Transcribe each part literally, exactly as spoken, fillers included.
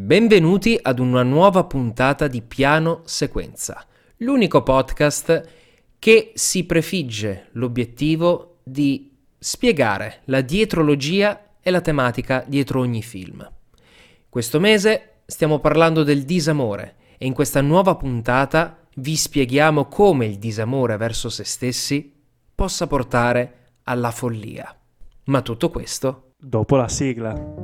Benvenuti ad una nuova puntata di Piano Sequenza, l'unico podcast che si prefigge l'obiettivo di spiegare la dietrologia e la tematica dietro ogni film. Questo mese stiamo parlando del disamore e in questa nuova puntata vi spieghiamo come il disamore verso se stessi possa portare alla follia. Ma tutto questo dopo la sigla.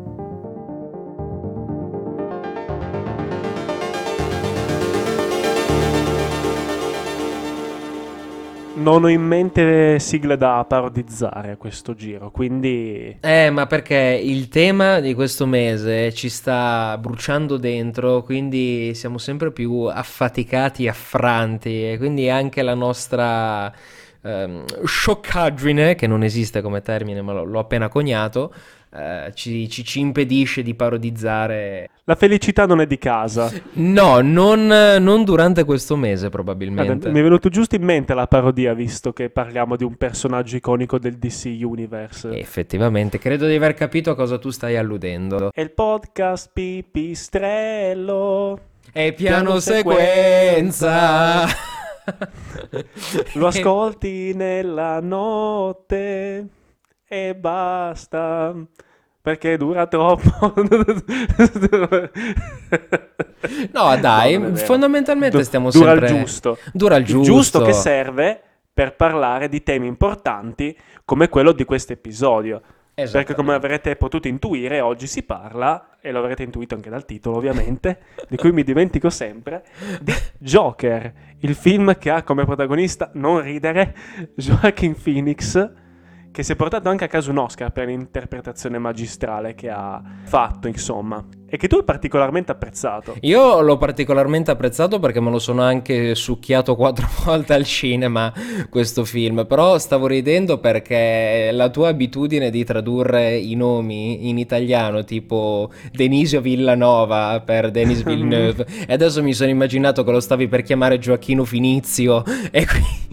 Non ho in mente sigle da parodizzare a questo giro, quindi... Eh, ma perché il tema di questo mese ci sta bruciando dentro, quindi siamo sempre più affaticati, affranti, e quindi anche la nostra ehm, scioccaggine, che non esiste come termine, ma l'ho, l'ho appena coniato, eh, ci, ci, ci impedisce di parodizzare... La felicità non è di casa. No, non, non durante questo mese probabilmente. Guarda, mi è venuto giusto in mente la parodia, visto che parliamo di un personaggio iconico del D C Universe. Effettivamente, credo di aver capito a cosa tu stai alludendo. È il podcast Pipistrello. È piano sequenza. Lo ascolti nella notte e basta. Perché dura troppo. No, dai, no, fondamentalmente du- stiamo dura sempre... il giusto. Dura il giusto. Il giusto che serve per parlare di temi importanti come quello di questo episodio. Perché come avrete potuto intuire, oggi si parla, e lo avrete intuito anche dal titolo ovviamente, di cui mi dimentico sempre, di Joker, il film che ha come protagonista, non ridere, Joaquin Phoenix, che si è portato anche a casa un Oscar per l'interpretazione magistrale che ha fatto, insomma, e che tu hai particolarmente apprezzato. Io l'ho particolarmente apprezzato perché me lo sono anche succhiato quattro volte al cinema, questo film, però stavo ridendo perché la tua abitudine di tradurre i nomi in italiano, tipo Denisio Villanova per Denis Villeneuve, e adesso mi sono immaginato che lo stavi per chiamare Gioacchino Finizio, e quindi...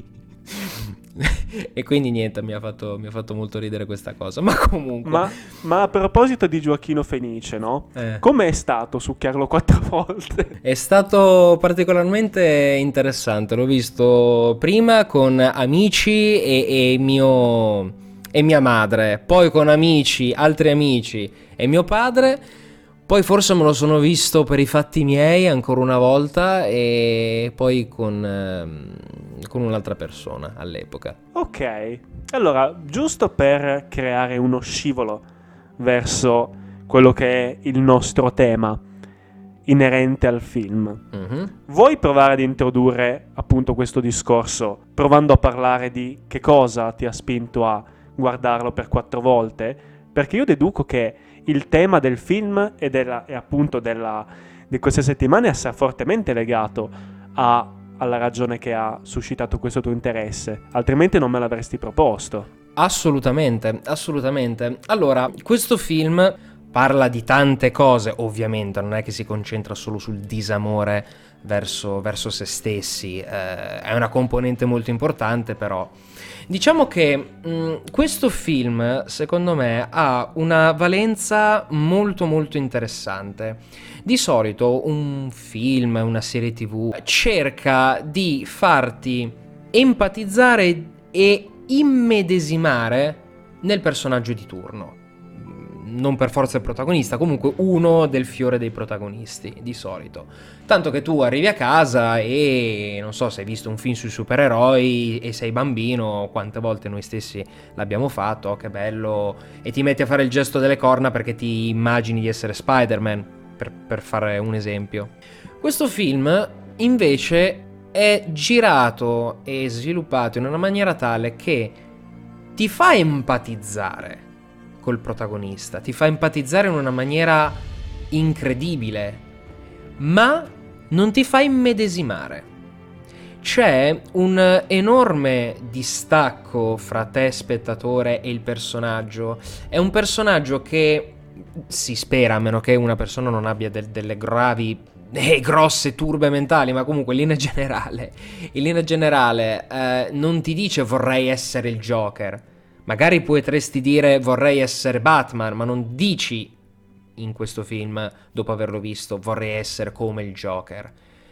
e quindi niente, mi ha fatto, mi ha fatto molto ridere questa cosa. Ma comunque ma, ma a proposito di Gioacchino Fenice, no? Eh. Com'è stato succhiarlo quattro volte? È stato particolarmente interessante. L'ho visto prima con amici e, e mio e mia madre, poi con amici, altri amici e mio padre. Poi forse me lo sono visto per i fatti miei ancora una volta, e poi con, ehm, con un'altra persona all'epoca. Ok, allora, giusto per creare uno scivolo verso quello che è il nostro tema inerente al film, Mm-hmm. vuoi provare ad introdurre appunto questo discorso, provando a parlare di che cosa ti ha spinto a guardarlo per quattro volte? Perché io deduco che il tema del film e, della, e appunto della, di queste settimane sia fortemente legato a, alla ragione che ha suscitato questo tuo interesse, altrimenti non me l'avresti proposto. Assolutamente, assolutamente. Allora, questo film parla di tante cose, ovviamente, non è che si concentra solo sul disamore verso, verso se stessi, eh, è una componente molto importante, però diciamo che mh, questo film, secondo me, ha una valenza molto molto interessante. Di solito un film, una serie tivù cerca di farti empatizzare e immedesimare nel personaggio di turno. Non per forza il protagonista, comunque uno del fiore dei protagonisti, di solito. Tanto che tu arrivi a casa e, non so, se hai visto un film sui supereroi e sei bambino, quante volte noi stessi l'abbiamo fatto, oh, che bello, e ti metti a fare il gesto delle corna perché ti immagini di essere Spider-Man, per, per fare un esempio. Questo film, invece, è girato e sviluppato in una maniera tale che ti fa empatizzare col protagonista, ti fa empatizzare in una maniera incredibile, ma non ti fa immedesimare. C'è un enorme distacco fra te spettatore e il personaggio. È un personaggio che si spera, a meno che una persona non abbia del, delle gravi e grosse turbe mentali, ma comunque in linea generale in linea generale eh, non ti dice vorrei essere il Joker. Magari potresti dire vorrei essere Batman, ma non dici in questo film, dopo averlo visto, vorrei essere come il Joker.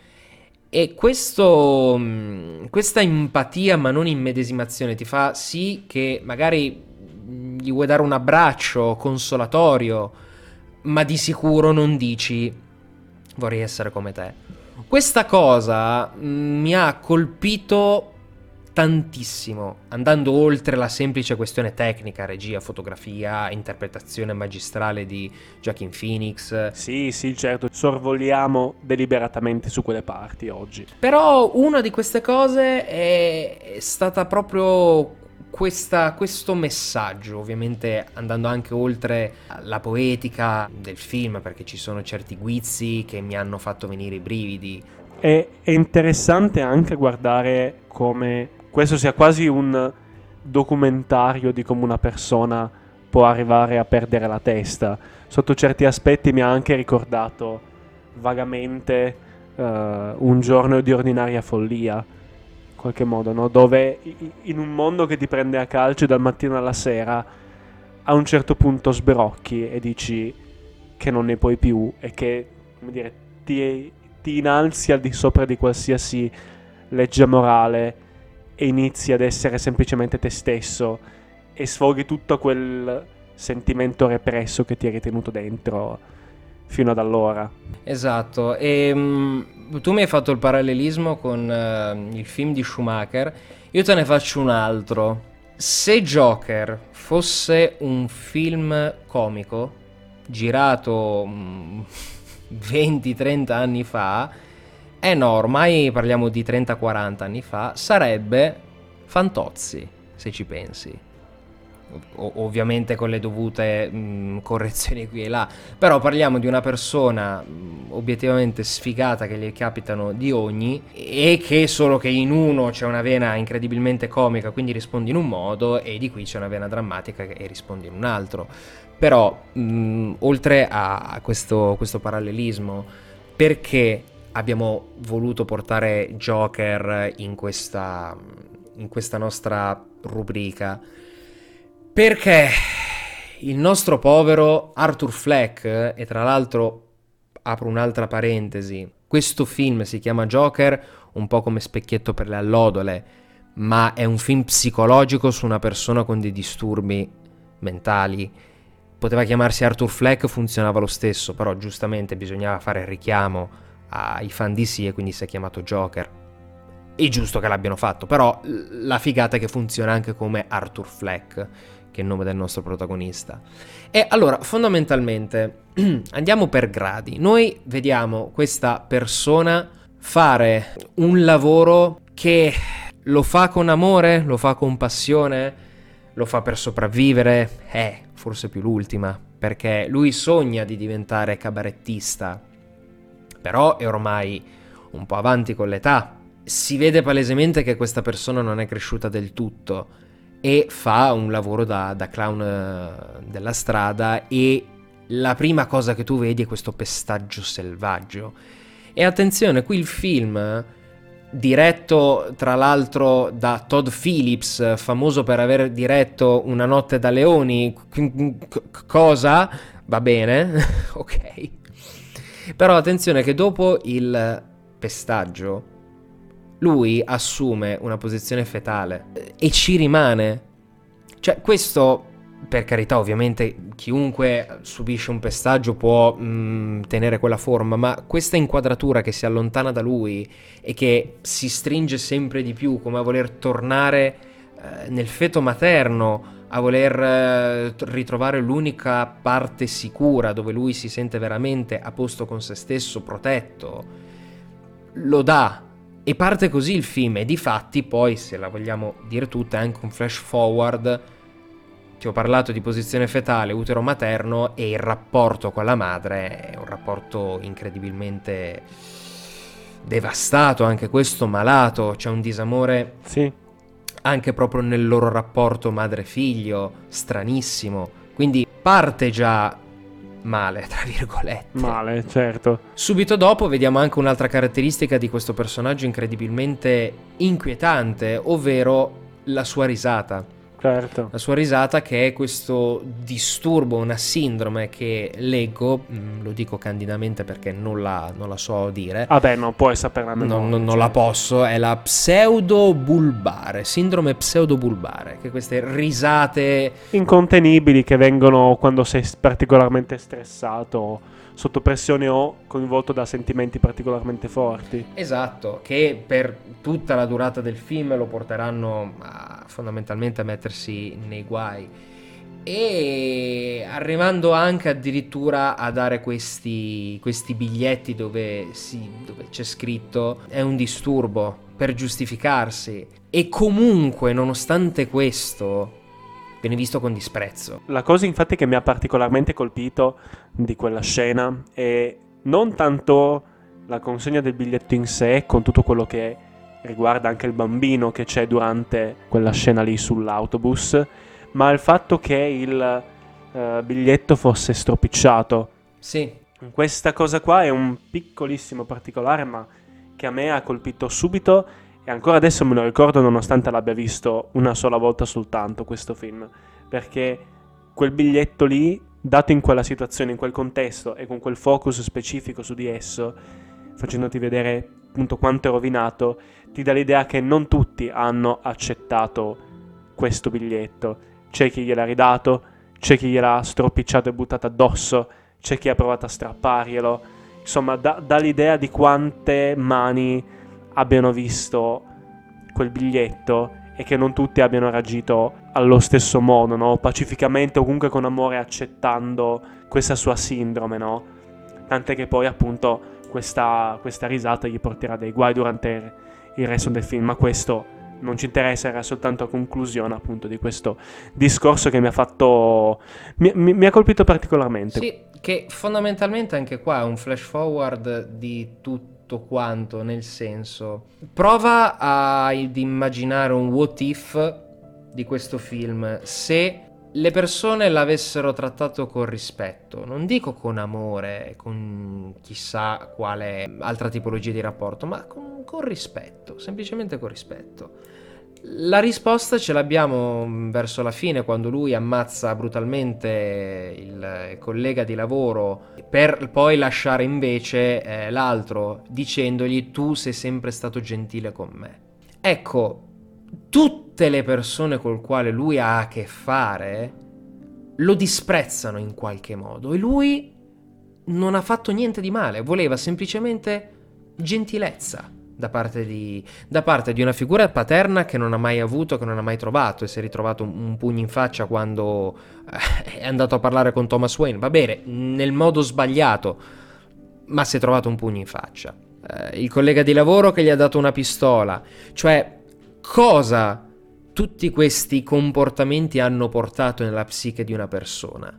E questo, questa empatia ma non immedesimazione ti fa sì che magari gli vuoi dare un abbraccio consolatorio, ma di sicuro non dici vorrei essere come te. Questa cosa mi ha colpito tantissimo, andando oltre la semplice questione tecnica, regia, fotografia, interpretazione magistrale di Joaquin Phoenix. Sì, sì, certo, sorvoliamo deliberatamente su quelle parti oggi. Però una di queste cose è, è stata proprio questa, questo messaggio, ovviamente andando anche oltre la poetica del film, perché ci sono certi guizzi che mi hanno fatto venire i brividi. È, è interessante anche guardare come questo sia quasi un documentario di come una persona può arrivare a perdere la testa. Sotto certi aspetti mi ha anche ricordato vagamente uh, Un giorno di ordinaria follia, in qualche modo, no? Dove in un mondo che ti prende a calci dal mattino alla sera, a un certo punto sbrocchi e dici che non ne puoi più e che, come dire, ti, ti innalzi al di sopra di qualsiasi legge morale e inizi ad essere semplicemente te stesso e sfoghi tutto quel sentimento represso che ti hai ritenuto dentro fino ad allora. Esatto, e um, tu mi hai fatto il parallelismo con uh, il film di Schumacher, io te ne faccio un altro. Se Joker fosse un film comico girato um, venti trenta anni fa, eh no, ormai parliamo di trenta quaranta anni fa, sarebbe Fantozzi, se ci pensi. O- ovviamente con le dovute mh, correzioni qui e là, però parliamo di una persona mh, obiettivamente sfigata, che gli capitano di ogni, e che solo che in uno c'è una vena incredibilmente comica, quindi rispondi in un modo, e di qui c'è una vena drammatica e rispondi in un altro. Però mh, oltre a questo, questo parallelismo, perché abbiamo voluto portare Joker in questa, in questa nostra rubrica? Perché il nostro povero Arthur Fleck, e tra l'altro apro un'altra parentesi, questo film si chiama Joker un po' come Specchietto per le allodole, ma è un film psicologico su una persona con dei disturbi mentali. Poteva chiamarsi Arthur Fleck, funzionava lo stesso, però giustamente bisognava fare il richiamo ai fan D C e quindi si è chiamato Joker. È giusto che l'abbiano fatto, però la figata è che funziona anche come Arthur Fleck, che è il nome del nostro protagonista. E allora, fondamentalmente, andiamo per gradi. Noi vediamo questa persona fare un lavoro che lo fa con amore, lo fa con passione, lo fa per sopravvivere, eh, forse più l'ultima, perché lui sogna di diventare cabarettista, però è ormai un po' avanti con l'età. Si vede palesemente che questa persona non è cresciuta del tutto e fa un lavoro da, da clown della strada, e la prima cosa che tu vedi è questo pestaggio selvaggio. E attenzione, qui il film, diretto tra l'altro da Todd Phillips, famoso per aver diretto Una notte da leoni, cosa? Va bene, ok. Però attenzione che dopo il pestaggio lui assume una posizione fetale e ci rimane. Cioè, questo, per carità, ovviamente chiunque subisce un pestaggio può mh, tenere quella forma, ma questa inquadratura che si allontana da lui e che si stringe sempre di più, come a voler tornare eh, nel feto materno, a voler eh, ritrovare l'unica parte sicura dove lui si sente veramente a posto con se stesso, protetto, lo dà. E parte così il film, e difatti poi, se la vogliamo dire tutta, è anche un flash forward. Ti ho parlato di posizione fetale, utero materno, e il rapporto con la madre è un rapporto incredibilmente devastato, anche questo malato. C'è un disamore sì. anche proprio nel loro rapporto madre-figlio, stranissimo. Quindi parte già male, tra virgolette. Male, certo. Subito dopo vediamo anche un'altra caratteristica di questo personaggio incredibilmente inquietante, ovvero la sua risata. certo. la sua risata, che è questo disturbo, una sindrome che leggo, mh, lo dico candidamente perché non la, non la so dire. Vabbè, non puoi saperla a memoria. Non, non, non cioè. la posso, è la pseudobulbare, sindrome pseudobulbare, che queste risate incontenibili che vengono quando sei particolarmente stressato, sotto pressione o coinvolto da sentimenti particolarmente forti. Esatto, che per tutta la durata del film lo porteranno a, fondamentalmente a mettersi nei guai, e arrivando anche addirittura a dare questi, questi biglietti dove, si, dove c'è scritto è un disturbo, per giustificarsi, e comunque nonostante questo viene visto con disprezzo. La cosa infatti che mi ha particolarmente colpito di quella scena è non tanto la consegna del biglietto in sé, con tutto quello che riguarda anche il bambino che c'è durante quella scena lì sull'autobus, ma il fatto che il uh, biglietto fosse stropicciato. Sì. Questa cosa qua è un piccolissimo particolare, ma che a me ha colpito subito e ancora adesso me lo ricordo, nonostante l'abbia visto una sola volta soltanto questo film, perché quel biglietto lì, dato in quella situazione, in quel contesto e con quel focus specifico su di esso, facendoti vedere appunto quanto è rovinato, ti dà l'idea che non tutti hanno accettato questo biglietto. C'è chi gliel'ha ridato, c'è chi gliel'ha stropicciato e buttato addosso, c'è chi ha provato a strapparglielo. Insomma, dà, dà l'idea di quante mani abbiano visto quel biglietto e che non tutti abbiano reagito allo stesso modo, no? Pacificamente o comunque con amore, accettando questa sua sindrome, no? Tant'è che poi appunto questa, questa risata gli porterà dei guai durante il resto del film, ma questo non ci interessa, era soltanto a conclusione appunto di questo discorso che mi ha fatto mi, mi, mi ha colpito particolarmente. Sì, che fondamentalmente anche qua è un flash forward di tutto quanto, nel senso, prova ad immaginare un what if di questo film se le persone l'avessero trattato con rispetto, non dico con amore, con chissà quale altra tipologia di rapporto, ma con, con rispetto, semplicemente con rispetto. La risposta ce l'abbiamo verso la fine, quando lui ammazza brutalmente il collega di lavoro per poi lasciare invece eh, l'altro, dicendogli: tu sei sempre stato gentile con me. Ecco, tutte le persone col quale lui ha a che fare lo disprezzano in qualche modo, e lui non ha fatto niente di male, voleva semplicemente gentilezza da parte di, da parte di una figura paterna che non ha mai avuto, che non ha mai trovato, e si è ritrovato un, un pugno in faccia quando eh, è andato a parlare con Thomas Wayne, va bene, nel modo sbagliato, ma si è trovato un pugno in faccia. Eh, il collega di lavoro che gli ha dato una pistola, cioè cosa tutti questi comportamenti hanno portato nella psiche di una persona?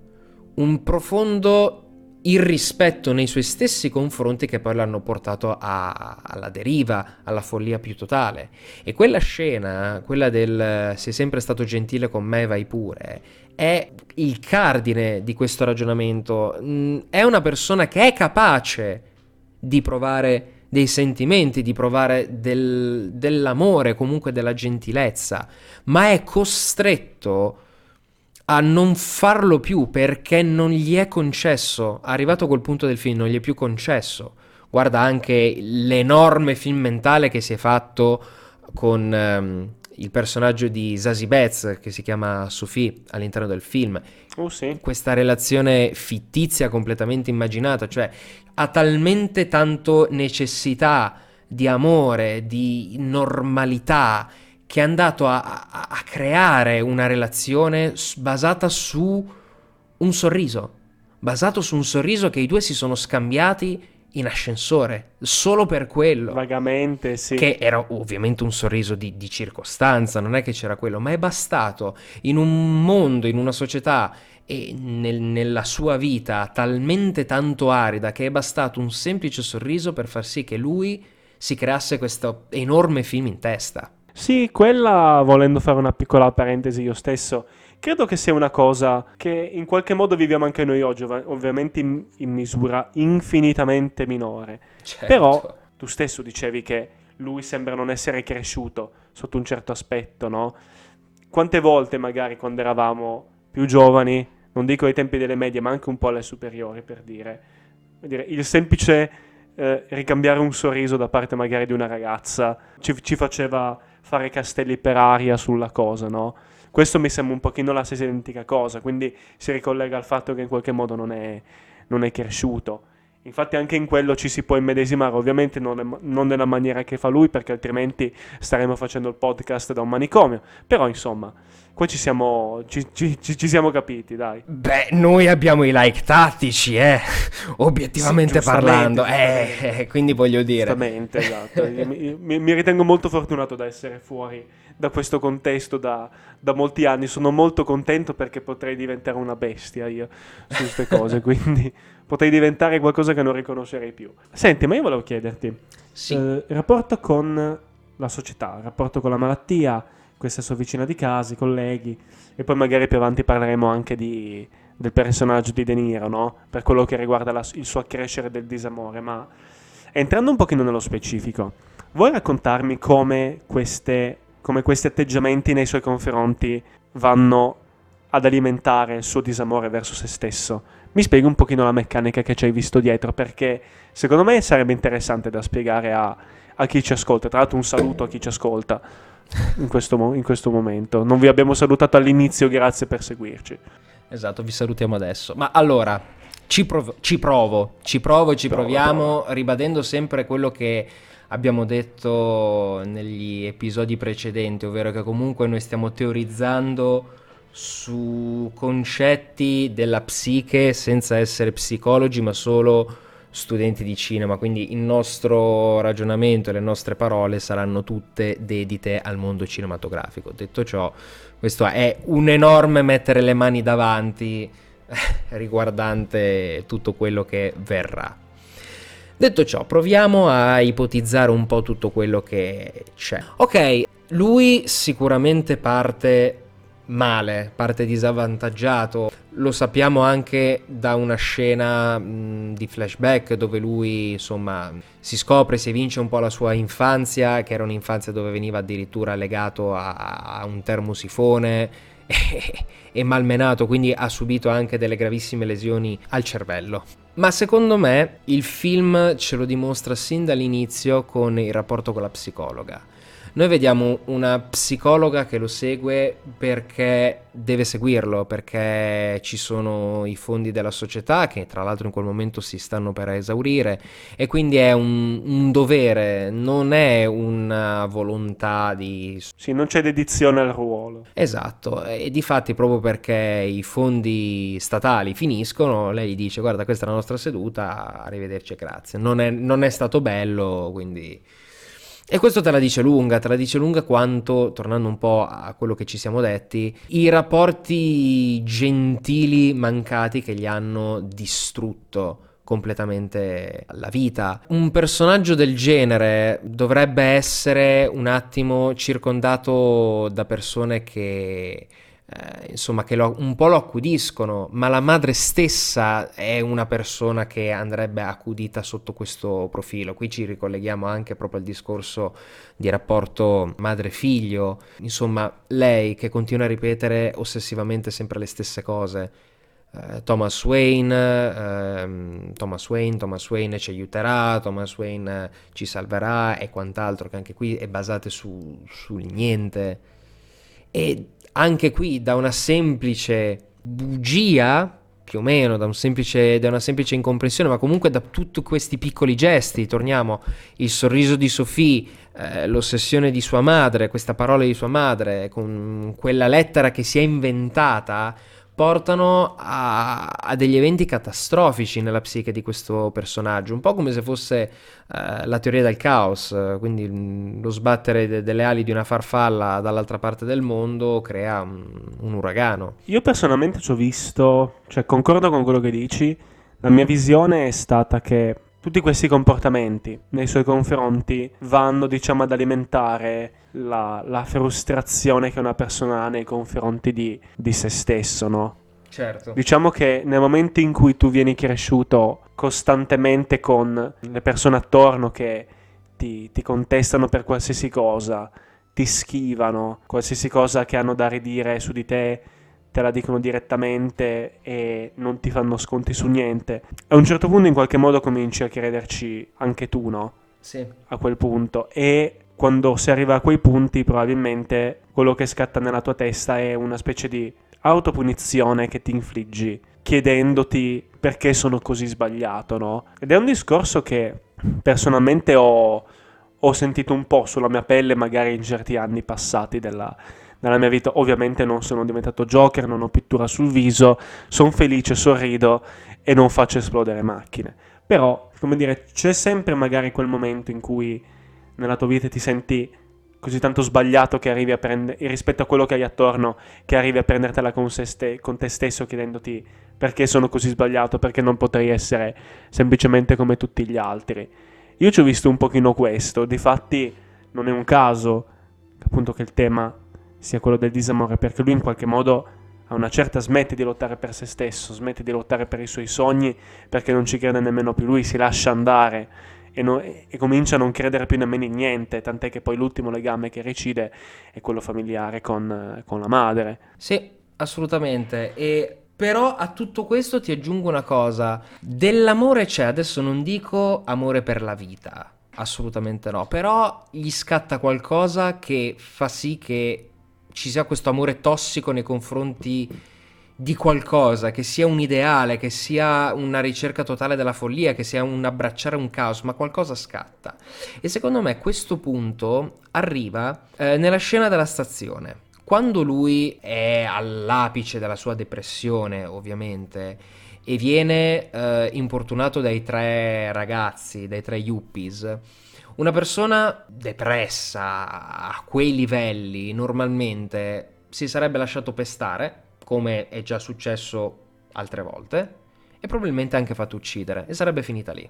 Un profondo irrispetto nei suoi stessi confronti, che poi l'hanno portato a, alla deriva, alla follia più totale. E quella scena, quella del sei sempre stato gentile con me, vai pure, è il cardine di questo ragionamento. È una persona che è capace di provare dei sentimenti, di provare del, dell'amore, comunque della gentilezza, ma è costretto a non farlo più perché non gli è concesso. Arrivato a quel punto del film non gli è più concesso. Guarda anche l'enorme film mentale che si è fatto con um, il personaggio di Zazie Beetz, che si chiama Sophie all'interno del film. Oh, sì. Questa relazione fittizia completamente immaginata, cioè ha talmente tanto necessità di amore, di normalità, che è andato a, a, a creare una relazione basata su un sorriso, basato su un sorriso che i due si sono scambiati in ascensore, solo per quello. Vagamente, sì. Che era ovviamente un sorriso di, di circostanza, non è che c'era quello, ma è bastato in un mondo, in una società e nel, nella sua vita talmente tanto arida, che è bastato un semplice sorriso per far sì che lui si creasse questo enorme film in testa. Sì, quella, volendo fare una piccola parentesi io stesso, credo che sia una cosa che in qualche modo viviamo anche noi oggi, ov- ovviamente in, in misura infinitamente minore. Certo. Però tu stesso dicevi che lui sembra non essere cresciuto sotto un certo aspetto, no? quante volte magari quando eravamo più giovani, non dico ai tempi delle medie, ma anche un po' alle superiori, per dire, per dire il semplice eh, ricambiare un sorriso da parte magari di una ragazza ci, ci faceva fare castelli per aria sulla cosa, no? Questo mi sembra un pochino la stessa identica cosa, quindi si ricollega al fatto che in qualche modo non è, non è cresciuto. Infatti anche in quello ci si può immedesimare, ovviamente non, è, non nella maniera che fa lui, perché altrimenti staremo facendo il podcast da un manicomio. Però insomma, qua ci siamo, ci, ci, ci, ci siamo capiti, dai. Beh, noi abbiamo i like tattici, eh, obiettivamente sì, parlando, eh, eh, quindi voglio dire. Giustamente, esatto. mi, mi, mi ritengo molto fortunato da essere fuori da questo contesto da, da molti anni. Sono molto contento perché potrei diventare una bestia io su queste cose, quindi potrei diventare qualcosa che non riconoscerei più. Senti, ma io volevo chiederti, sì. eh, il rapporto con la società, il rapporto con la malattia, questa sua vicina di casa, i colleghi, e poi magari più avanti parleremo anche di, del personaggio di De Niro, no? Per quello che riguarda la, il suo accrescere del disamore, ma entrando un pochino nello specifico, vuoi raccontarmi come queste... come questi atteggiamenti nei suoi confronti vanno ad alimentare il suo disamore verso se stesso? Mi spieghi un pochino la meccanica che ci hai visto dietro, perché secondo me sarebbe interessante da spiegare a, a chi ci ascolta. Tra l'altro un saluto a chi ci ascolta in questo, in questo momento. Non vi abbiamo salutato all'inizio, grazie per seguirci. Esatto, vi salutiamo adesso. Ma allora, ci, prov- ci provo, ci provo e ci Prova, proviamo, prova. ribadendo sempre quello che abbiamo detto negli episodi precedenti, ovvero che comunque noi stiamo teorizzando su concetti della psiche senza essere psicologi, ma solo studenti di cinema, quindi il nostro ragionamento e le nostre parole saranno tutte dedite al mondo cinematografico. Detto ciò, questo è un enorme mettere le mani davanti riguardante tutto quello che verrà. Detto ciò, proviamo a ipotizzare un po' tutto quello che c'è. Ok, lui sicuramente parte male, parte disavvantaggiato. Lo sappiamo anche da una scena mh, di flashback dove lui, insomma, si scopre, si evince un po' la sua infanzia, che era un'infanzia dove veniva addirittura legato a, a un termosifone e, e malmenato, quindi ha subito anche delle gravissime lesioni al cervello. Ma secondo me il film ce lo dimostra sin dall'inizio con il rapporto con la psicologa. Noi vediamo una psicologa che lo segue perché deve seguirlo, perché ci sono i fondi della società che tra l'altro in quel momento si stanno per esaurire e quindi è un, un dovere, non è una volontà di... Sì, non c'è dedizione al ruolo. Esatto, e difatti proprio perché i fondi statali finiscono, lei gli dice guarda questa è la nostra seduta, arrivederci e grazie. Non è, non è stato bello, quindi... E questo te la dice lunga, te la dice lunga quanto, tornando un po' a quello che ci siamo detti, i rapporti gentili mancati che gli hanno distrutto completamente la vita. Un personaggio del genere dovrebbe essere un attimo circondato da persone che... Eh, insomma che lo, un po' lo accudiscono, ma la madre stessa è una persona che andrebbe accudita sotto questo profilo. Qui ci ricolleghiamo anche proprio al discorso di rapporto madre-figlio, insomma lei che continua a ripetere ossessivamente sempre le stesse cose. Uh, Thomas Wayne, uh, Thomas Wayne, Thomas Wayne ci aiuterà, Thomas Wayne uh, ci salverà e quant'altro, che anche qui è basate su, sul niente. E anche qui da una semplice bugia, più o meno, da, un semplice, da una semplice incomprensione, ma comunque da tutti questi piccoli gesti, torniamo, il sorriso di Sophie, eh, l'ossessione di sua madre, questa parola di sua madre, con quella lettera che si è inventata, portano a, a degli eventi catastrofici nella psiche di questo personaggio, un po' come se fosse uh, la teoria del caos, quindi mh, lo sbattere de- delle ali di una farfalla dall'altra parte del mondo crea un, un uragano. Io personalmente ci ho visto, cioè concordo con quello che dici, la mia visione è stata che tutti questi comportamenti nei suoi confronti vanno, diciamo, ad alimentare la, la frustrazione che una persona ha nei confronti di, di se stesso, no? Certo. Diciamo che nel momento in cui tu vieni cresciuto costantemente con le persone attorno che ti, ti contestano per qualsiasi cosa, ti schivano, qualsiasi cosa che hanno da ridire su di te te la dicono direttamente e non ti fanno sconti su niente. A un certo punto in qualche modo cominci a crederci anche tu, no? Sì. A quel punto. E quando si arriva a quei punti probabilmente quello che scatta nella tua testa è una specie di autopunizione che ti infliggi chiedendoti perché sono così sbagliato, no? Ed è un discorso che personalmente ho, ho sentito un po' sulla mia pelle magari in certi anni passati della, della mia vita. Ovviamente non sono diventato Joker, non ho pittura sul viso, sono felice, sorrido e non faccio esplodere macchine. Però, come dire, c'è sempre magari quel momento in cui nella tua vita ti senti così tanto sbagliato che arrivi a prendere, rispetto a quello che hai attorno, che arrivi a prendertela con, se ste- con te stesso chiedendoti perché sono così sbagliato, perché non potrei essere semplicemente come tutti gli altri. Io ci ho visto un pochino questo, difatti non è un caso appunto che il tema sia quello del disamore, perché lui in qualche modo a una certa smette di lottare per se stesso, smette di lottare per i suoi sogni, perché non ci crede nemmeno più lui, si lascia andare e, no, e comincia a non credere più nemmeno in niente, tant'è che poi l'ultimo legame che recide è quello familiare con, con la madre. Sì, assolutamente. E però a tutto questo ti aggiungo una cosa: dell'amore c'è, adesso non dico amore per la vita, assolutamente no, però gli scatta qualcosa che fa sì che ci sia questo amore tossico nei confronti di qualcosa, che sia un ideale, che sia una ricerca totale della follia, che sia un abbracciare un caos, ma qualcosa scatta. E secondo me questo punto arriva eh, nella scena della stazione. Quando lui è all'apice della sua depressione, ovviamente, e viene eh, importunato dai tre ragazzi, dai tre yuppies, una persona depressa a quei livelli normalmente si sarebbe lasciato pestare, come è già successo altre volte, e probabilmente anche fatto uccidere, e sarebbe finita lì.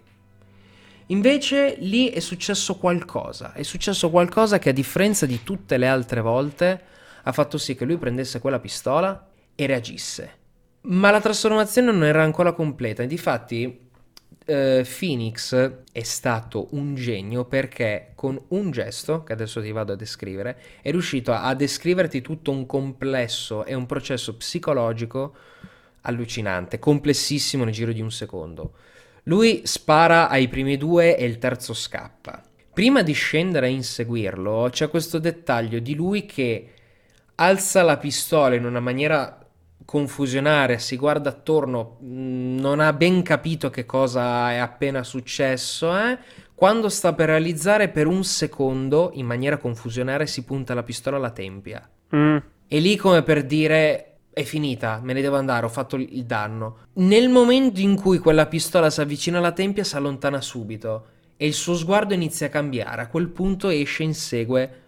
Invece lì è successo qualcosa, è successo qualcosa che a differenza di tutte le altre volte ha fatto sì che lui prendesse quella pistola e reagisse. Ma la trasformazione non era ancora completa, e difatti Uh, Phoenix è stato un genio perché con un gesto, che adesso ti vado a descrivere, è riuscito a, a descriverti tutto un complesso e un processo psicologico allucinante, complessissimo nel giro di un secondo. Lui spara ai primi due e il terzo scappa. Prima di scendere a inseguirlo c'è questo dettaglio di lui che alza la pistola in una maniera confusionaria, si guarda attorno, non ha ben capito che cosa è appena successo, eh? Quando sta per realizzare, per un secondo, in maniera confusionaria, si punta la pistola alla tempia. Mm. E lì come per dire: è finita, me ne devo andare, ho fatto il danno. Nel momento in cui quella pistola si avvicina alla tempia, si allontana subito e il suo sguardo inizia a cambiare. A quel punto esce e insegue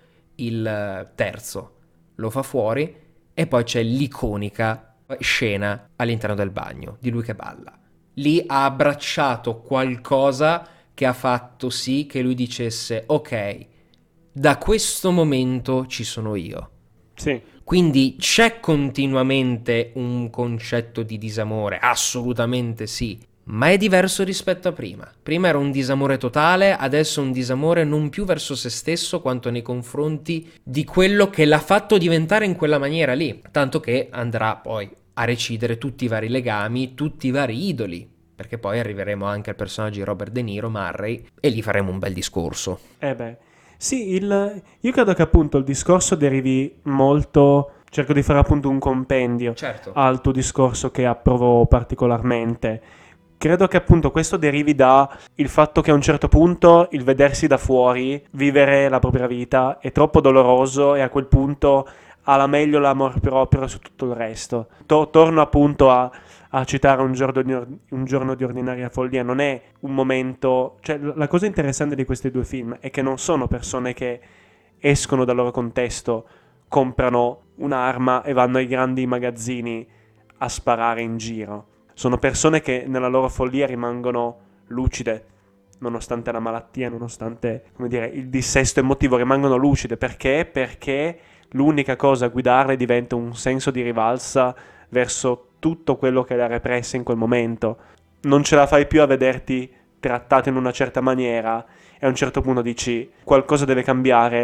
il terzo, lo fa fuori e poi c'è l'iconica scena all'interno del bagno di lui che balla. Lì ha abbracciato qualcosa che ha fatto sì che lui dicesse: ok, da questo momento ci sono io. Sì. Quindi c'è continuamente un concetto di disamore, assolutamente sì, ma è diverso rispetto a prima. Prima era un disamore totale, adesso è un disamore non più verso se stesso quanto nei confronti di quello che l'ha fatto diventare in quella maniera lì. Tanto che andrà poi a recidere tutti i vari legami, tutti i vari idoli, perché poi arriveremo anche al personaggio di Robert De Niro, Murray, e lì faremo un bel discorso. Eh beh, sì, il... io credo che appunto il discorso derivi molto... Cerco di fare appunto un compendio certo. al tuo discorso che approvo particolarmente. Credo che appunto questo derivi da il fatto che a un certo punto il vedersi da fuori, vivere la propria vita è troppo doloroso e a quel punto ha la meglio l'amor proprio su tutto il resto. To- torno appunto a, a citare un giorno, di, un giorno di ordinaria follia. Non è un momento... Cioè, la cosa interessante di questi due film è che non sono persone che escono dal loro contesto, comprano un'arma e vanno ai grandi magazzini a sparare in giro. Sono persone che nella loro follia rimangono lucide, nonostante la malattia, nonostante, come dire, il dissesto emotivo, rimangono lucide. Perché? Perché l'unica cosa a guidarle diventa un senso di rivalsa verso tutto quello che le ha represse in quel momento. Non ce la fai più a vederti trattato in una certa maniera e a un certo punto dici: qualcosa deve cambiare,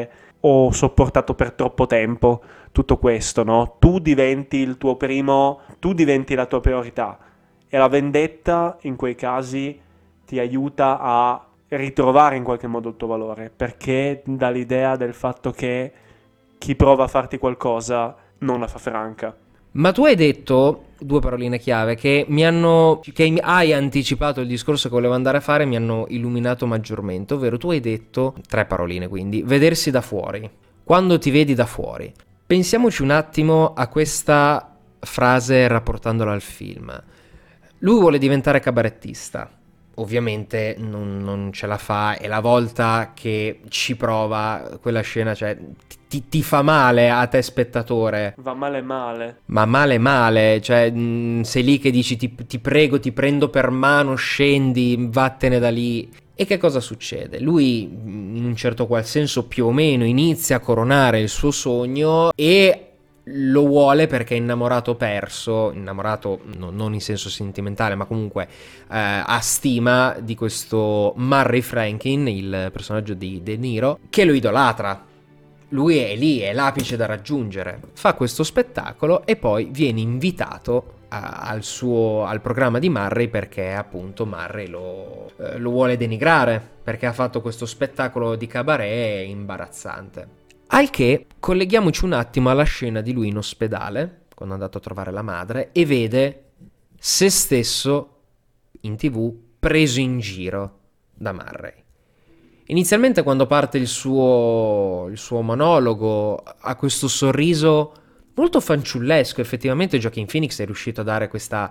ho sopportato per troppo tempo tutto questo, no? Tu diventi il tuo primo, tu diventi la tua priorità, e la vendetta in quei casi ti aiuta a ritrovare in qualche modo il tuo valore, perché dà l'idea del fatto che chi prova a farti qualcosa non la fa franca. Ma tu hai detto due paroline chiave che mi hanno, che hai anticipato il discorso che volevo andare a fare, mi hanno illuminato maggiormente, ovvero tu hai detto, tre paroline quindi, vedersi da fuori. Quando ti vedi da fuori. Pensiamoci un attimo a questa frase rapportandola al film. Lui vuole diventare cabarettista. Ovviamente non, non ce la fa, e la volta che ci prova quella scena, cioè ti, ti fa male a te spettatore. Va male male. Ma male male, cioè mh, sei lì che dici ti, ti prego, ti prendo per mano, scendi, vattene da lì. E che cosa succede? Lui in un certo qual senso più o meno inizia a coronare il suo sogno e lo vuole perché è innamorato perso, innamorato no, non in senso sentimentale, ma comunque eh, ha stima di questo Murray Franklin, il personaggio di De Niro, che lo idolatra. Lui è lì, è l'apice da raggiungere. Fa questo spettacolo e poi viene invitato a, al suo al programma di Murray perché appunto Murray lo, eh, lo vuole denigrare perché ha fatto questo spettacolo di cabaret imbarazzante. Al che colleghiamoci un attimo alla scena di lui in ospedale, quando è andato a trovare la madre, e vede se stesso in tv preso in giro da Murray. Inizialmente quando parte il suo, il suo monologo ha questo sorriso molto fanciullesco, effettivamente Joaquin Phoenix è riuscito a dare questa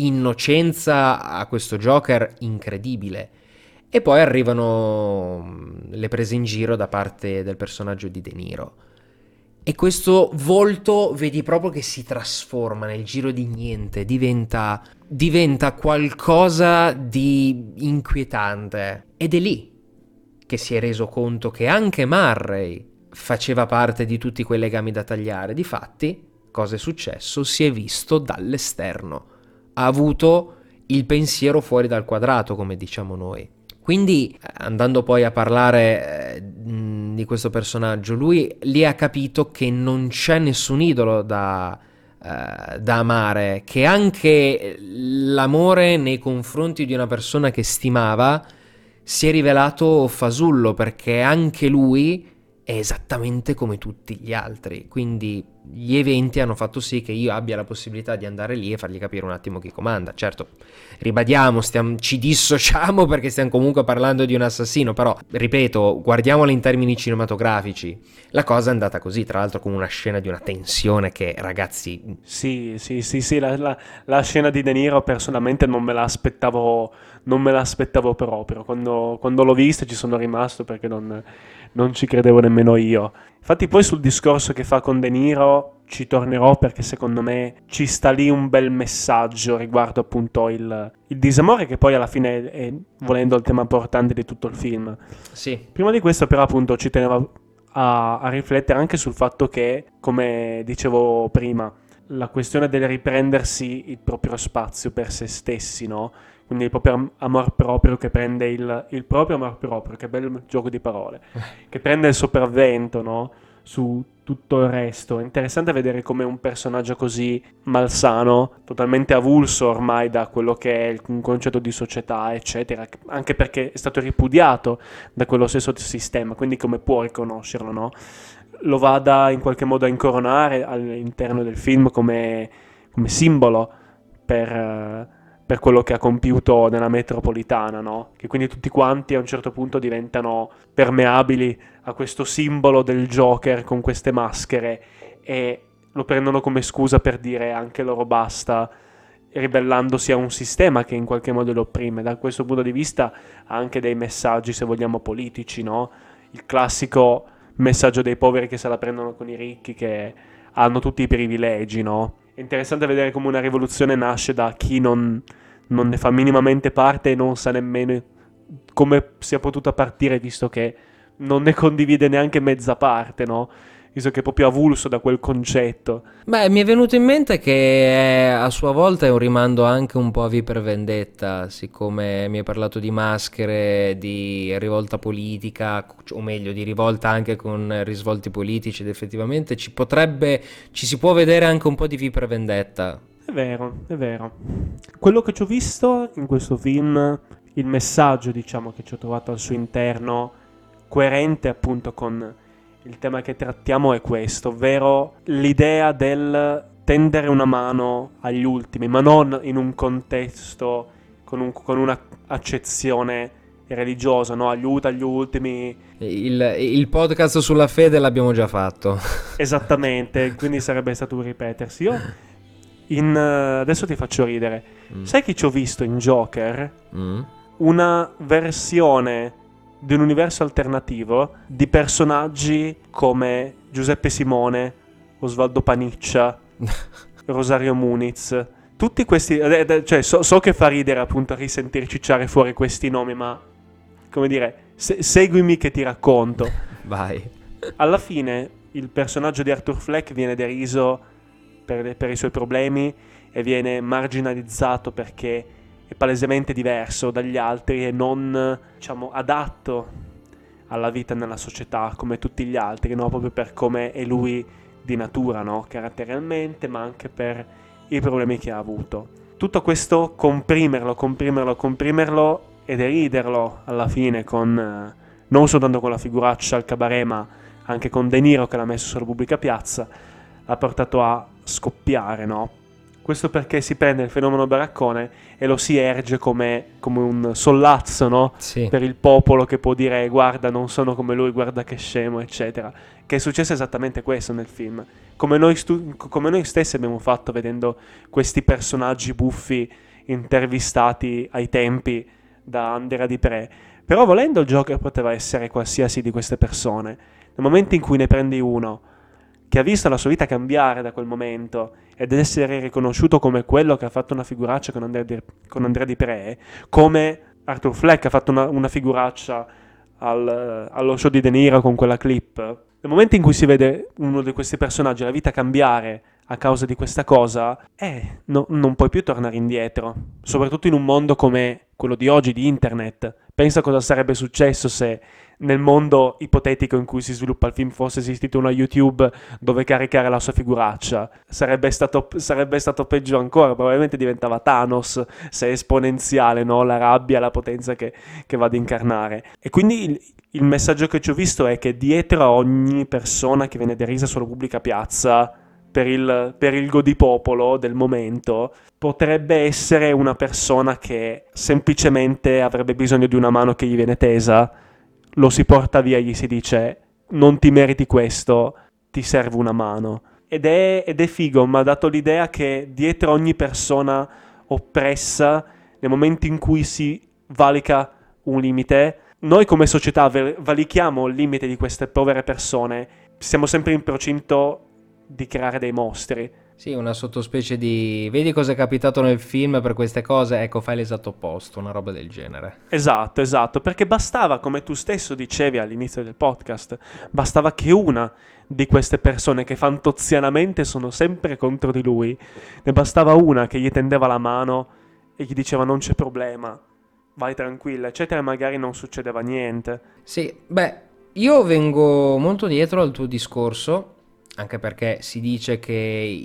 innocenza a questo Joker incredibile. E poi arrivano le prese in giro da parte del personaggio di De Niro. E questo volto vedi proprio che si trasforma nel giro di niente, diventa, diventa qualcosa di inquietante. Ed è lì che si è reso conto che anche Murray faceva parte di tutti quei legami da tagliare. Difatti, cosa è successo? Si è visto dall'esterno. Ha avuto il pensiero fuori dal quadrato, come diciamo noi. Quindi, andando poi a parlare eh, di questo personaggio, lui lì ha capito che non c'è nessun idolo da, eh, da amare, che anche l'amore nei confronti di una persona che stimava si è rivelato fasullo, perché anche lui è esattamente come tutti gli altri. Quindi gli eventi hanno fatto sì che io abbia la possibilità di andare lì e fargli capire un attimo chi comanda. Certo, ribadiamo, stiamo, ci dissociamo perché stiamo comunque parlando di un assassino, però, ripeto, guardiamolo in termini cinematografici. La cosa è andata così, tra l'altro con una scena di una tensione che, ragazzi... Sì, sì, sì, sì, la, la, la scena di De Niro personalmente non me la aspettavo, non me la aspettavo proprio. Quando, quando l'ho vista ci sono rimasto perché non... non ci credevo nemmeno io. Infatti poi sul discorso che fa con De Niro ci tornerò, perché secondo me ci sta lì un bel messaggio riguardo appunto il, il disamore, che poi alla fine è, è volendo il tema portante di tutto il film. Sì. Prima di questo però appunto ci tenevo a, a riflettere anche sul fatto che, come dicevo prima, la questione del riprendersi il proprio spazio per se stessi, no? Quindi il proprio amor proprio che prende il, il proprio amor proprio, che bel gioco di parole, che prende il sopravvento, no? Su tutto il resto. È interessante vedere come un personaggio così malsano, totalmente avulso ormai da quello che è il concetto di società, eccetera, anche perché è stato ripudiato da quello stesso sistema, quindi come può riconoscerlo, no? Lo vada in qualche modo a incoronare all'interno del film come, come simbolo per... per quello che ha compiuto nella metropolitana, no? Che quindi tutti quanti a un certo punto diventano permeabili a questo simbolo del Joker con queste maschere e lo prendono come scusa per dire anche loro basta, ribellandosi a un sistema che in qualche modo lo opprime. Da questo punto di vista ha anche dei messaggi, se vogliamo, politici, no? Il classico messaggio dei poveri che se la prendono con i ricchi, che hanno tutti i privilegi, no? È interessante vedere come una rivoluzione nasce da chi non, non ne fa minimamente parte e non sa nemmeno come sia potuta partire, visto che non ne condivide neanche mezza parte, no? visto che è proprio avulso da quel concetto. Beh, mi è venuto in mente che è, a sua volta è un rimando anche un po' a V per Vendetta, siccome mi hai parlato di maschere, di rivolta politica, o meglio di rivolta anche con risvolti politici, ed effettivamente ci potrebbe, ci si può vedere anche un po' di V per Vendetta. È vero, è vero. Quello che ci ho visto in questo film, il messaggio, diciamo, che ci ho trovato al suo interno, coerente appunto con il tema che trattiamo, è questo, ovvero l'idea del tendere una mano agli ultimi, ma non in un contesto con, un, con una accezione religiosa, no? Aiuta gli ultimi. Il, il podcast sulla fede l'abbiamo già fatto. Esattamente, quindi sarebbe stato un ripetersi. Io in, adesso ti faccio ridere. Mm. Sai chi ci ho visto in Joker? Mm. Una versione di un universo alternativo di personaggi come Giuseppe Simone, Osvaldo Paniccia, Rosario Muniz. Tutti questi, cioè so, so che fa ridere appunto a risentirci cicciare fuori questi nomi, ma come dire, se, seguimi che ti racconto. Vai. Alla fine il personaggio di Arthur Fleck viene deriso per, per i suoi problemi e viene marginalizzato perché è palesemente diverso dagli altri e non, diciamo, adatto alla vita nella società come tutti gli altri, no? Proprio per come è lui di natura, no? Caratterialmente, ma anche per i problemi che ha avuto. Tutto questo comprimerlo, comprimerlo, comprimerlo e deriderlo alla fine con, non soltanto con la figuraccia al cabaret, ma anche con De Niro che l'ha messo sulla pubblica piazza, ha portato a scoppiare, no? Questo perché si prende il fenomeno baraccone e lo si erge come, come un sollazzo, no? Sì. Per il popolo che può dire guarda non sono come lui, guarda che scemo, eccetera. Che è successo esattamente questo nel film. Come noi, stu- come noi stessi abbiamo fatto vedendo questi personaggi buffi intervistati ai tempi da Andrea Di Pre. Però volendo il Joker poteva essere qualsiasi di queste persone. Nel momento in cui ne prendi uno che ha visto la sua vita cambiare da quel momento ed essere riconosciuto come quello che ha fatto una figuraccia con Andrea Di, con Andrea Di Pre, come Arthur Fleck ha fatto una, una figuraccia al, allo show di De Niro con quella clip. Nel momento in cui si vede uno di questi personaggi la vita cambiare a causa di questa cosa, eh, no, non puoi più tornare indietro, soprattutto in un mondo come quello di oggi, di internet. Pensa cosa sarebbe successo se nel mondo ipotetico in cui si sviluppa il film fosse esistito una YouTube dove caricare la sua figuraccia. Sarebbe stato, sarebbe stato peggio ancora, probabilmente diventava Thanos, se è esponenziale, no? La rabbia, la potenza che, che va ad incarnare. E quindi il, il messaggio che ci ho visto è che dietro a ogni persona che viene derisa sulla pubblica piazza per il, per il godipopolo del momento, potrebbe essere una persona che semplicemente avrebbe bisogno di una mano che gli viene tesa, lo si porta via e gli si dice non ti meriti questo, ti serve una mano. Ed è, ed è figo, mi ha dato l'idea che dietro ogni persona oppressa, nel momento in cui si valica un limite, noi come società valichiamo il limite di queste povere persone, siamo sempre in procinto di creare dei mostri. Sì, una sottospecie di vedi cosa è capitato nel film per queste cose, ecco fai l'esatto opposto, una roba del genere. Esatto, esatto, perché bastava, come tu stesso dicevi all'inizio del podcast, bastava che una di queste persone che fantozianamente sono sempre contro di lui, ne bastava una che gli tendeva la mano e gli diceva non c'è problema, vai tranquilla, eccetera, e magari non succedeva niente. Sì, beh, io vengo molto dietro al tuo discorso, anche perché si dice che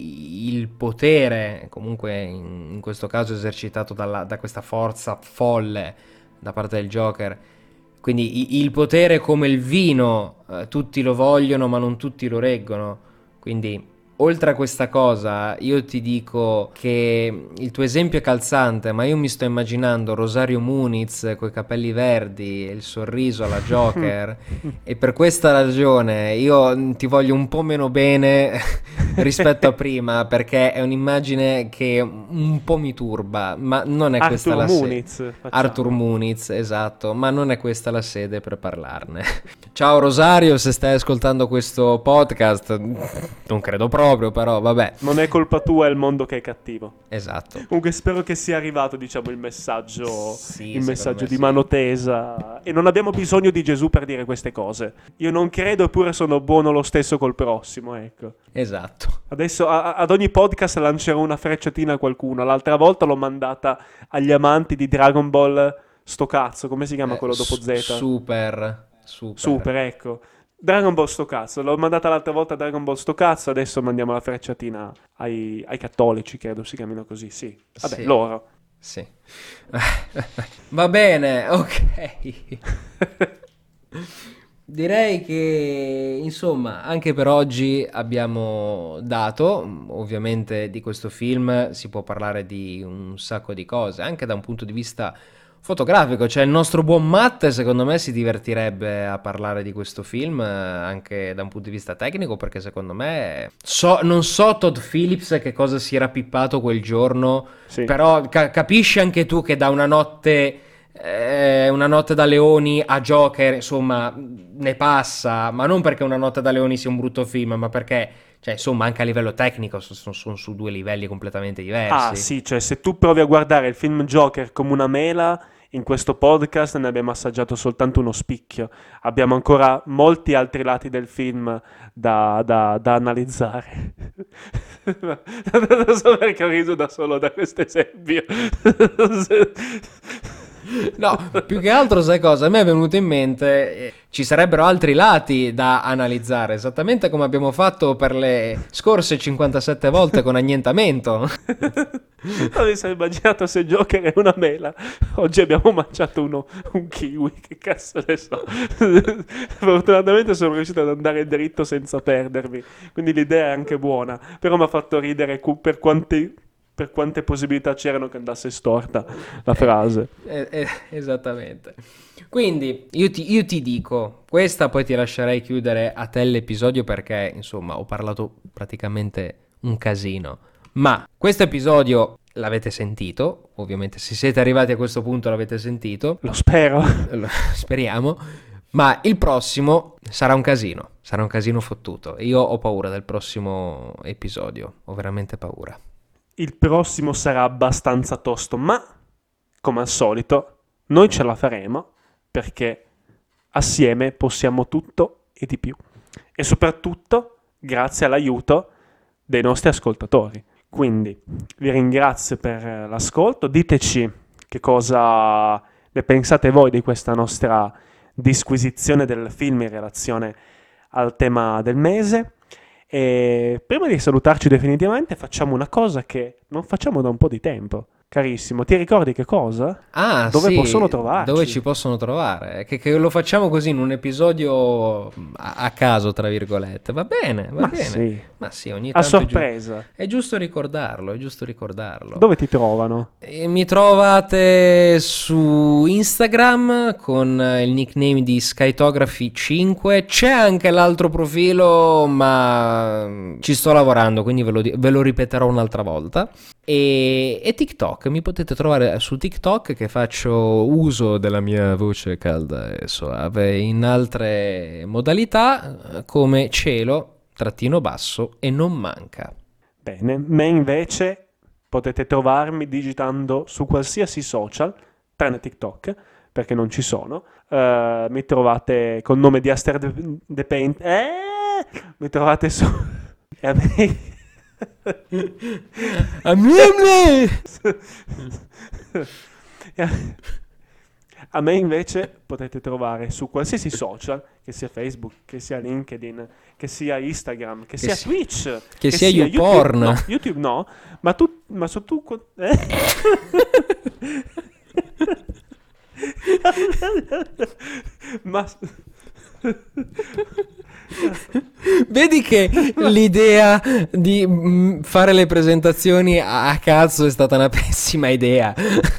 il potere, comunque in questo caso esercitato dalla, da questa forza folle da parte del Joker, quindi il potere come il vino, eh, tutti lo vogliono ma non tutti lo reggono, quindi oltre a questa cosa io ti dico che il tuo esempio è calzante, ma io mi sto immaginando Rosario Muniz coi capelli verdi e il sorriso alla Joker e per questa ragione io ti voglio un po' meno bene rispetto a prima, perché è un'immagine che un po' mi turba, ma non è Arthur questa la Muniz, sede. facciamo. Arthur Muniz, esatto, ma non è questa la sede per parlarne. Ciao Rosario, se stai ascoltando questo podcast, non credo proprio, però vabbè. Non è colpa tua, è il mondo che è cattivo. Esatto. Comunque spero che sia arrivato, diciamo, il messaggio, Sì, il messaggio di sì. mano tesa. E non abbiamo bisogno di Gesù per dire queste cose. Io non credo, eppure sono buono lo stesso col prossimo, ecco. Esatto. Adesso a- ad ogni podcast lancerò una frecciatina a qualcuno. L'altra volta l'ho mandata agli amanti di Dragon Ball, sto cazzo, come si chiama Eh, quello dopo Z? Super, super. Super, ecco. Dragon Ball sto cazzo, l'ho mandata l'altra volta a Dragon Ball sto cazzo, adesso mandiamo la frecciatina ai, ai cattolici, credo si chiamino così, sì. Vabbè, Sì. loro. Sì. Va bene, ok. Direi che, insomma, anche per oggi abbiamo dato. Ovviamente di questo film si può parlare di un sacco di cose, anche da un punto di vista fotografico. Cioè il nostro buon Matt, secondo me, si divertirebbe a parlare di questo film, eh, anche da un punto di vista tecnico, perché secondo me... So, non so Todd Phillips che cosa si era pippato quel giorno, Sì. però ca- capisci anche tu che da una notte... Eh, una notte da leoni a Joker, insomma, ne passa, ma non perché Una notte da leoni sia un brutto film, ma perché, cioè, insomma, anche a livello tecnico sono, sono su due livelli completamente diversi. Ah sì, cioè se tu provi a guardare il film Joker come una mela, in questo podcast ne abbiamo assaggiato soltanto uno spicchio. Abbiamo ancora molti altri lati del film da, da, da analizzare. Non so perché ho riso da solo da questo esempio. No, più che altro sai cosa? A me è venuto in mente, eh, ci sarebbero altri lati da analizzare, esattamente come abbiamo fatto per le scorse cinquantasette volte con Annientamento. Mi sono immaginato se Joker è una mela. Oggi abbiamo mangiato uno, un kiwi, che cazzo ne so. Fortunatamente sono riuscito ad andare dritto senza perdermi, quindi l'idea è anche buona, però mi ha fatto ridere cu- per quanti... per quante possibilità c'erano che andasse storta la frase. Eh, eh, esattamente. Quindi io ti, io ti dico, questa poi ti lascerei chiudere a te l'episodio perché insomma ho parlato praticamente un casino. Ma questo episodio l'avete sentito, ovviamente se siete arrivati a questo punto l'avete sentito. Lo spero. Speriamo. Ma il prossimo sarà un casino, sarà un casino fottuto. Io ho paura del prossimo episodio, ho veramente paura. Il prossimo sarà abbastanza tosto, ma come al solito noi ce la faremo perché assieme possiamo tutto e di più. E soprattutto grazie all'aiuto dei nostri ascoltatori. Quindi vi ringrazio per l'ascolto, diteci che cosa ne pensate voi di questa nostra disquisizione del film in relazione al tema del mese. E prima di salutarci definitivamente facciamo una cosa che non facciamo da un po' di tempo. Carissimo, ti ricordi che cosa? Ah, dove sì, possono trovarci? Dove ci possono trovare? Che, che lo facciamo così in un episodio a, a caso, tra virgolette. Va bene, va Ma bene. sì. Ma sì, ogni A tanto sorpresa. È, giu- è giusto ricordarlo, è giusto ricordarlo. Dove ti trovano? E mi trovate su Instagram con il nickname di Skytography cinque. C'è anche l'altro profilo, ma ci sto lavorando, quindi ve lo, di- ve lo ripeterò un'altra volta. E, e TikTok, mi potete trovare su TikTok che faccio uso della mia voce calda e soave in altre modalità come cielo, trattino basso e non manca. Bene, me invece potete trovarmi digitando su qualsiasi social, tranne TikTok, perché non ci sono. Uh, mi trovate col nome di Aster the, the Paint. Eh, mi trovate su... E a me... A me, a me invece potete trovare su qualsiasi social, che sia Facebook, che sia LinkedIn, che sia Instagram, che, che sia si, Twitch, che, che sia YouPorn. YouTube, no, YouTube no, ma tu, ma su tu, eh? ma vedi che l'idea di mh, fare le presentazioni a, a cazzo è stata una pessima idea.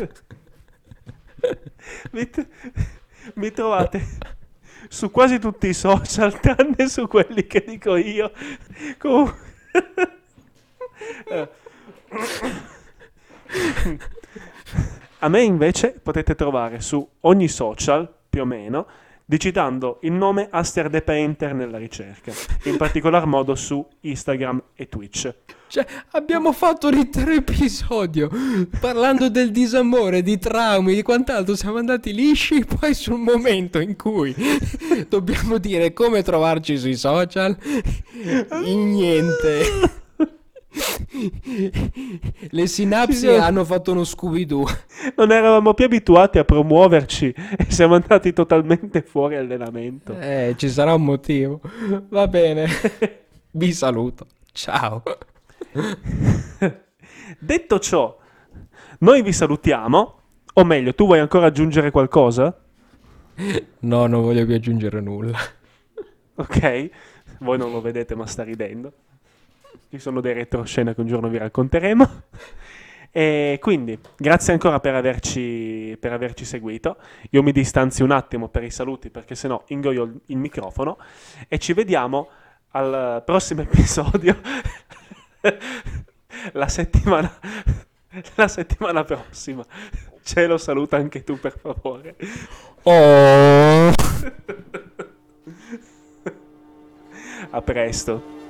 mi, t- mi trovate su quasi tutti i social tranne su quelli che dico io. Com- A me invece potete trovare su ogni social, più o meno, digitando il nome Aster the Painter nella ricerca, in particolar modo su Instagram e Twitch. Cioè, abbiamo fatto un intero episodio parlando del disamore, di traumi, di quant'altro, siamo andati lisci, poi sul momento in cui dobbiamo dire come trovarci sui social, niente. Le sinapsi sì, hanno fatto uno Scooby-Doo. Non eravamo più abituati a promuoverci e siamo andati totalmente fuori allenamento. Eh, ci sarà un motivo. Va bene. Vi saluto. Ciao. Detto ciò, noi vi salutiamo. O meglio, tu vuoi ancora aggiungere qualcosa? No, non voglio più aggiungere nulla. Ok, voi non lo vedete ma sta ridendo. Ci sono dei retroscena che un giorno vi racconteremo. E quindi, grazie ancora per averci, per averci seguito. Io mi distanzio un attimo per i saluti perché sennò ingoio il, il microfono. E ci vediamo al prossimo episodio la settimana, la settimana prossima. Cielo, saluta anche tu per favore. Oh. A presto.